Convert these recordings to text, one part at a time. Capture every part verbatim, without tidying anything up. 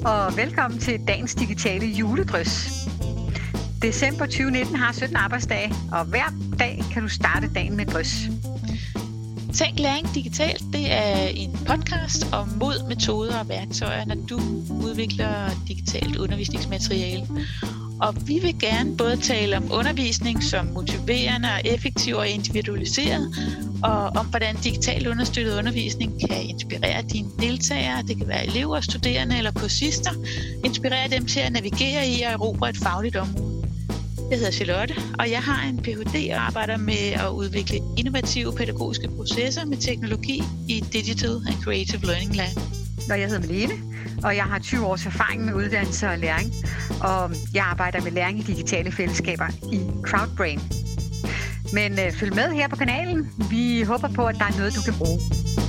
og velkommen til dagens digitale juledrys. December tyve nitten har sytten arbejdsdage, og hver dag kan du starte dagen med drys. Tænk læring digitalt, det er en podcast om mod, metoder og værktøjer, når du udvikler digitalt undervisningsmateriale. Og vi vil gerne både tale om undervisning som motiverende og effektiv og individualiseret, og om hvordan digital understøttet undervisning kan inspirere dine deltagere, det kan være elever, studerende eller kursister, inspirere dem til at navigere i og erobre et fagligt område. Jeg hedder Charlotte, og jeg har en P H D og arbejder med at udvikle innovative pædagogiske processer med teknologi i Digital and Creative Learning Lab. Og jeg hedder Malene, og jeg har tyve års erfaring med uddannelse og læring, og jeg arbejder med læring i digitale fællesskaber i Crowdbrain. Men øh, følg med her på kanalen. Vi håber på, at der er noget, du kan bruge.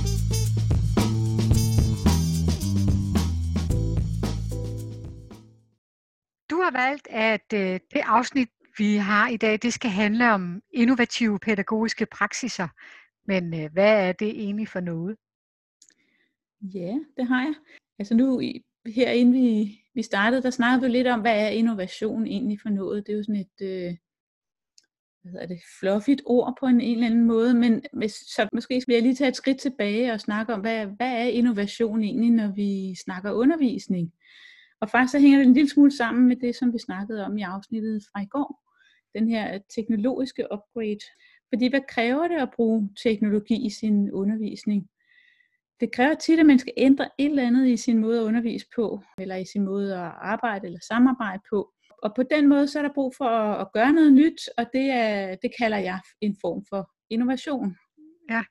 Du har valgt, at øh, det afsnit, vi har i dag, det skal handle om innovative pædagogiske praksiser. Men øh, hvad er det egentlig for noget? Ja, det har jeg. Altså nu, her inden vi, vi startede, der snakkede vi lidt om, hvad er innovation egentlig for noget. Det er jo sådan et, øh, hvad hedder det, fluffigt ord på en, en eller anden måde, men hvis, så måske skal jeg lige tage et skridt tilbage og snakke om, hvad, hvad er innovation egentlig, når vi snakker undervisning. Og faktisk så hænger det en lille smule sammen med det, som vi snakkede om i afsnittet fra i går. Den her teknologiske upgrade. Fordi hvad kræver det at bruge teknologi i sin undervisning? Det kræver tit, at man skal ændre et eller andet i sin måde at undervise på, eller i sin måde at arbejde eller samarbejde på. Og på den måde, så er der brug for at, at gøre noget nyt, og det, er, det kalder jeg en form for innovation. Ja,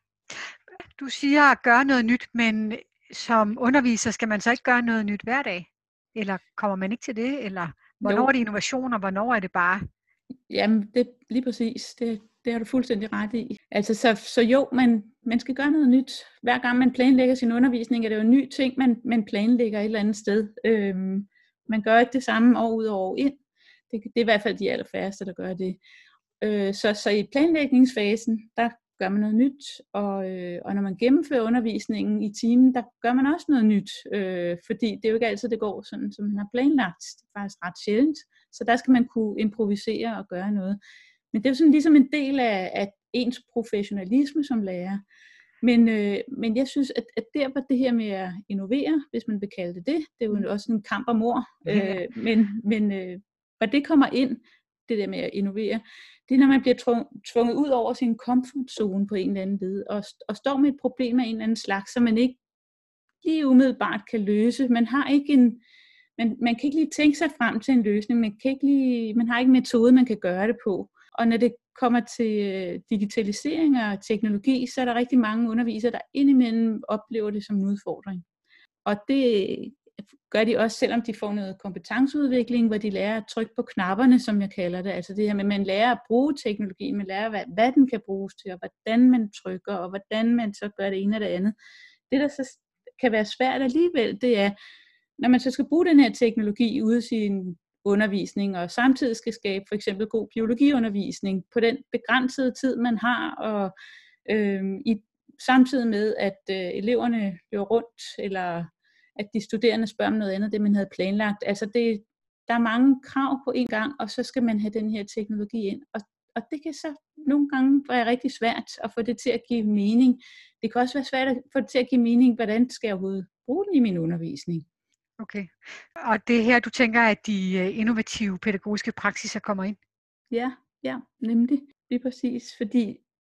du siger at gøre noget nyt, men som underviser skal man så ikke gøre noget nyt hver dag? Eller kommer man ikke til det? Eller hvornår jo. Er det innovation, og hvornår er det bare? Jamen, det lige præcis. Det, det har du fuldstændig ret i. Altså, så, så jo, man, man skal gøre noget nyt. Hver gang man planlægger sin undervisning, er det jo en ny ting, man, man planlægger et eller andet sted. Øhm, man gør ikke det samme år ud og år ind. Det, det er i hvert fald de allerfærreste, der gør det. Øh, så, så i planlægningsfasen, der gør man noget nyt, og, øh, og når man gennemfører undervisningen i timen, der gør man også noget nyt, øh, fordi det er jo ikke altid, det går sådan, som man har planlagt. Det er faktisk ret sjældent, så der skal man kunne improvisere og gøre noget. Men det er jo sådan ligesom en del af, af ens professionalisme som lærer. Men, øh, men jeg synes, at, at der var det her med at innovere, hvis man vil kalde det det, det er jo også en kamp om ord, øh, men, men øh, hvad det kommer ind, det der med at innovere, det er, når man bliver tvunget ud over sin komfortzone på en eller anden led, og, og står med et problem af en eller anden slags, som man ikke lige umiddelbart kan løse. Man har ikke en, man, man kan ikke lige tænke sig frem til en løsning, man, kan ikke lige, man har ikke en metode, man kan gøre det på. Og når det kommer til digitalisering og teknologi, så er der rigtig mange undervisere, der indimellem oplever det som en udfordring. Og det gør de også, selvom de får noget kompetenceudvikling, hvor de lærer at trykke på knapperne, som jeg kalder det. Altså det her med, at man lærer at bruge teknologi, man lærer, hvad, hvad den kan bruges til, og hvordan man trykker, og hvordan man så gør det ene og det andet. Det, der så kan være svært alligevel, det er, når man så skal bruge den her teknologi ude i sin undervisning, og samtidig skal skabe for eksempel god biologiundervisning på den begrænsede tid, man har, og øh, i, samtidig med, at øh, eleverne løber rundt, eller at de studerende spørger om noget andet, det man havde planlagt. Altså det, der er mange krav på en gang, og så skal man have den her teknologi ind. Og, og det kan så nogle gange være rigtig svært at få det til at give mening. Det kan også være svært at få det til at give mening, hvordan skal jeg overhovedet bruge den i min undervisning. Okay. Og det er her, du tænker, at de innovative pædagogiske praksiser kommer ind? Ja, ja, nemlig. Det er præcis. Fordi,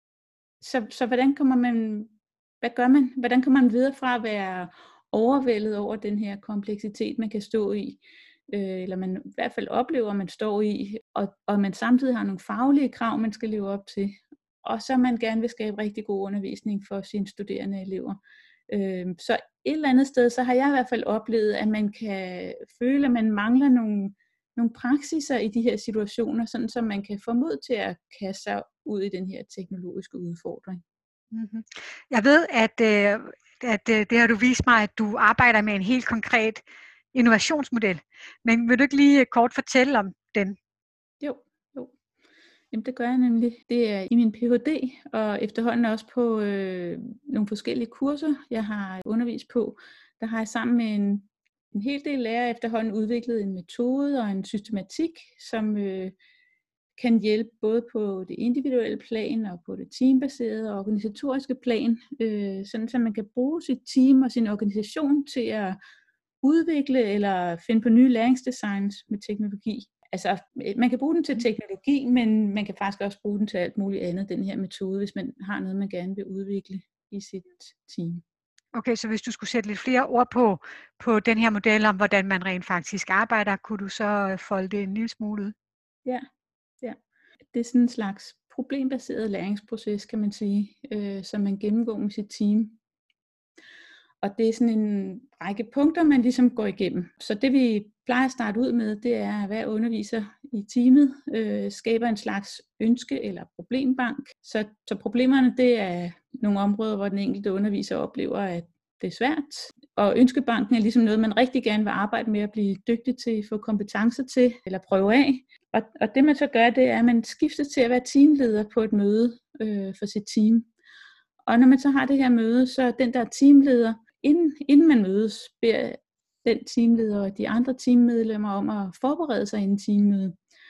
så, så hvordan kommer man, hvad gør man? Hvordan kommer man videre fra at være overvældet over den her kompleksitet, man kan stå i, øh, eller man i hvert fald oplever, at man står i, og, og man samtidig har nogle faglige krav, man skal leve op til, og så man gerne vil skabe rigtig god undervisning for sine studerende elever. Øh, så et eller andet sted, så har jeg i hvert fald oplevet, at man kan føle, at man mangler nogle, nogle praksiser i de her situationer, sådan så man kan få mod til at kaste sig ud i den her teknologiske udfordring. Mm-hmm. Jeg ved, at, øh, at øh, det har du vist mig, at du arbejder med en helt konkret innovationsmodel. Men vil du ikke lige kort fortælle om den? Jo, jo. Jamen det gør jeg nemlig. Det er i min P H D, og efterhånden også på øh, nogle forskellige kurser, jeg har undervist på. Der har jeg sammen med en en hel del lærere efterhånden udviklet en metode og en systematik, som øh, kan hjælpe både på det individuelle plan og på det teambaserede og organisatoriske plan, øh, sådan så man kan bruge sit team og sin organisation til at udvikle eller finde på nye læringsdesigns med teknologi. Altså, man kan bruge den til teknologi, men man kan faktisk også bruge den til alt muligt andet, den her metode, hvis man har noget, man gerne vil udvikle i sit team. Okay, så hvis du skulle sætte lidt flere ord på, på den her model om, hvordan man rent faktisk arbejder, kunne du så folde det en lille smule ud? Ja, ja. Det er sådan en slags problembaseret læringsproces, kan man sige, øh, som man gennemgår med sit team. Og det er sådan en række punkter, man ligesom går igennem. Så det vi plejer at starte ud med, det er, at hver underviser i teamet øh, skaber en slags ønske- eller problembank. Så, så problemerne, det er nogle områder, hvor den enkelte underviser oplever, at det er svært. Og ønskebanken er ligesom noget, man rigtig gerne vil arbejde med at blive dygtig til, få kompetencer til eller prøve af. Og, og det man så gør, det er, at man skifter til at være teamleder på et møde øh, for sit team. Og når man så har det her møde, så den der teamleder, inden, inden man mødes, beder den teamleder og de andre teammedlemmer om at forberede sig inden teammødet.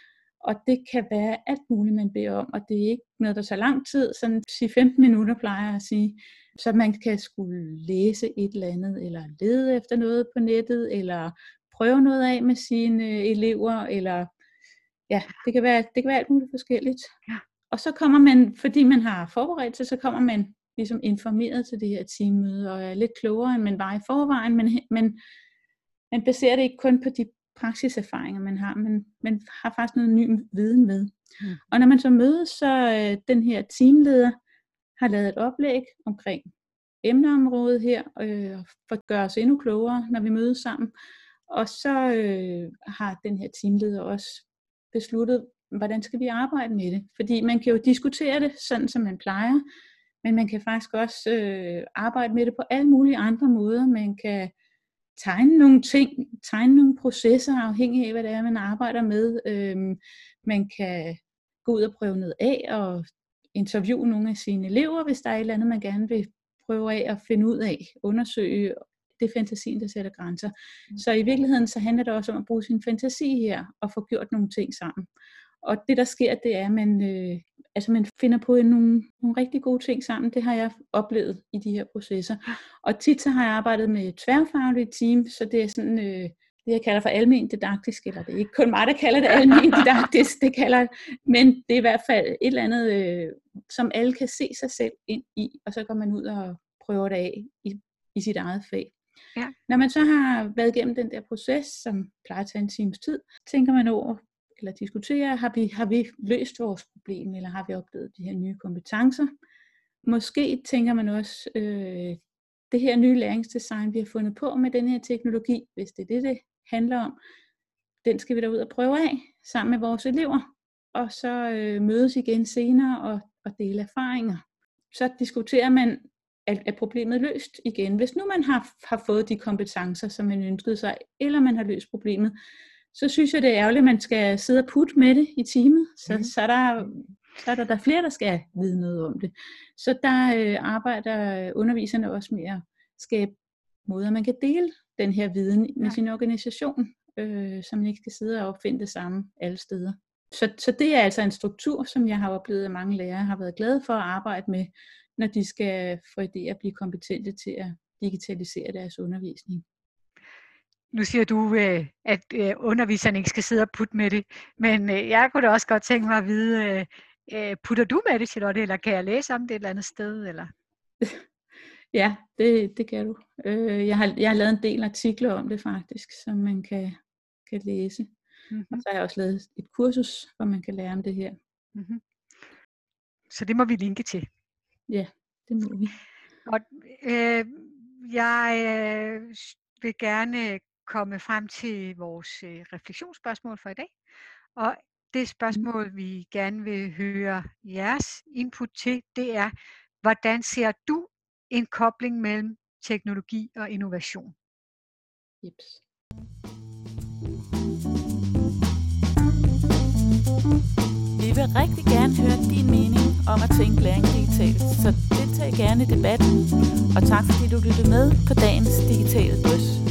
Og det kan være alt muligt, man beder om, og det er ikke noget, der tager lang tid, sådan femten minutter plejer jeg at sige. Så man kan skulle læse et eller andet, eller lede efter noget på nettet, eller prøve noget af med sine elever, eller ja, det kan være, det kan være alt muligt forskelligt. Ja. Og så kommer man, fordi man har forberedt sig, så kommer man ligesom informeret til det her teammøde, og er lidt klogere, end man var i forvejen, men, men man baserer det ikke kun på de praksiserfaringer, man har, men man har faktisk noget ny viden med. Mm. Og når man så mødes, så øh, den her teamleder har lavet et oplæg omkring emneområdet her, øh, for at gøre os endnu klogere, når vi mødes sammen. Og så øh, har den her teamleder også besluttet, hvordan skal vi arbejde med det. Fordi man kan jo diskutere det, sådan som man plejer, men man kan faktisk også øh, arbejde med det på alle mulige andre måder. Man kan tegne nogle ting, tegne nogle processer, afhængig af, hvad det er, man arbejder med. Øhm, man kan gå ud og prøve noget af, og interviewe nogle af sine elever, hvis der er et eller andet, man gerne vil prøve af at finde ud af, undersøge. Det er fantasien, der sætter grænser. Mm. Så i virkeligheden, så handler det også om at bruge sin fantasi her, og få gjort nogle ting sammen. Og det, der sker, det er, at man, øh, altså man finder på nogle, nogle rigtig gode ting sammen. Det har jeg oplevet i de her processer. Og tit så har jeg arbejdet med tværfaglige team, så det er sådan, øh, det jeg kalder for almen didaktisk, eller det er ikke kun mig, der kalder det almen didaktisk, det kalder, men det er i hvert fald et eller andet, øh, som alle kan se sig selv ind i, og så går man ud og prøver det af i, i sit eget fag. Ja. Når man så har været igennem den der proces, som plejer at tage en times tid, tænker man over, eller diskutere, har vi, har vi løst vores problem, eller har vi opdaget de her nye kompetencer. Måske tænker man også, øh, det her nye læringsdesign, vi har fundet på med den her teknologi, hvis det er det, det handler om, den skal vi da ud og prøve af, sammen med vores elever, og så øh, mødes igen senere og, og dele erfaringer. Så diskuterer man, at, at problemet er løst igen. Hvis nu man har, har fået de kompetencer, som man ønskede sig, eller man har løst problemet, så synes jeg, det er ærgerligt, at man skal sidde og putte med det i teamet. Så, mm. så, er, der, så er der, der flere, der skal vide noget om det. Så der øh, arbejder underviserne også med at skabe måder, man kan dele den her viden med ja. sin organisation, øh, så man ikke skal sidde og opfinde det samme alle steder. Så, så det er altså en struktur, som jeg har oplevet, at mange lærere har været glade for at arbejde med, når de skal få idéer at blive kompetente til at digitalisere deres undervisning. Nu siger du, at underviserne ikke skal sidde og putte med det, men jeg kunne da også godt tænke mig at vide, putter du med det, Charlotte, eller kan jeg læse om det et eller andet sted? Eller? Ja, det, det kan du. Jeg har, jeg har lavet en del artikler om det faktisk, som man kan, kan læse. Mm-hmm. Og så har jeg også lavet et kursus, hvor man kan lære om det her. Mm-hmm. Så det må vi linke til. Ja, det må vi. Og øh, jeg øh, vil gerne komme frem til vores øh, refleksionsspørgsmål for i dag. Og det spørgsmål, mm. vi gerne vil høre jeres input til, det er, hvordan ser du en kobling mellem teknologi og innovation? Jeps. Vi vil rigtig gerne høre din mening om at tænke læring digitalt, så deltag gerne i debatten. Og tak fordi du lyttede med på dagens digitale drøs.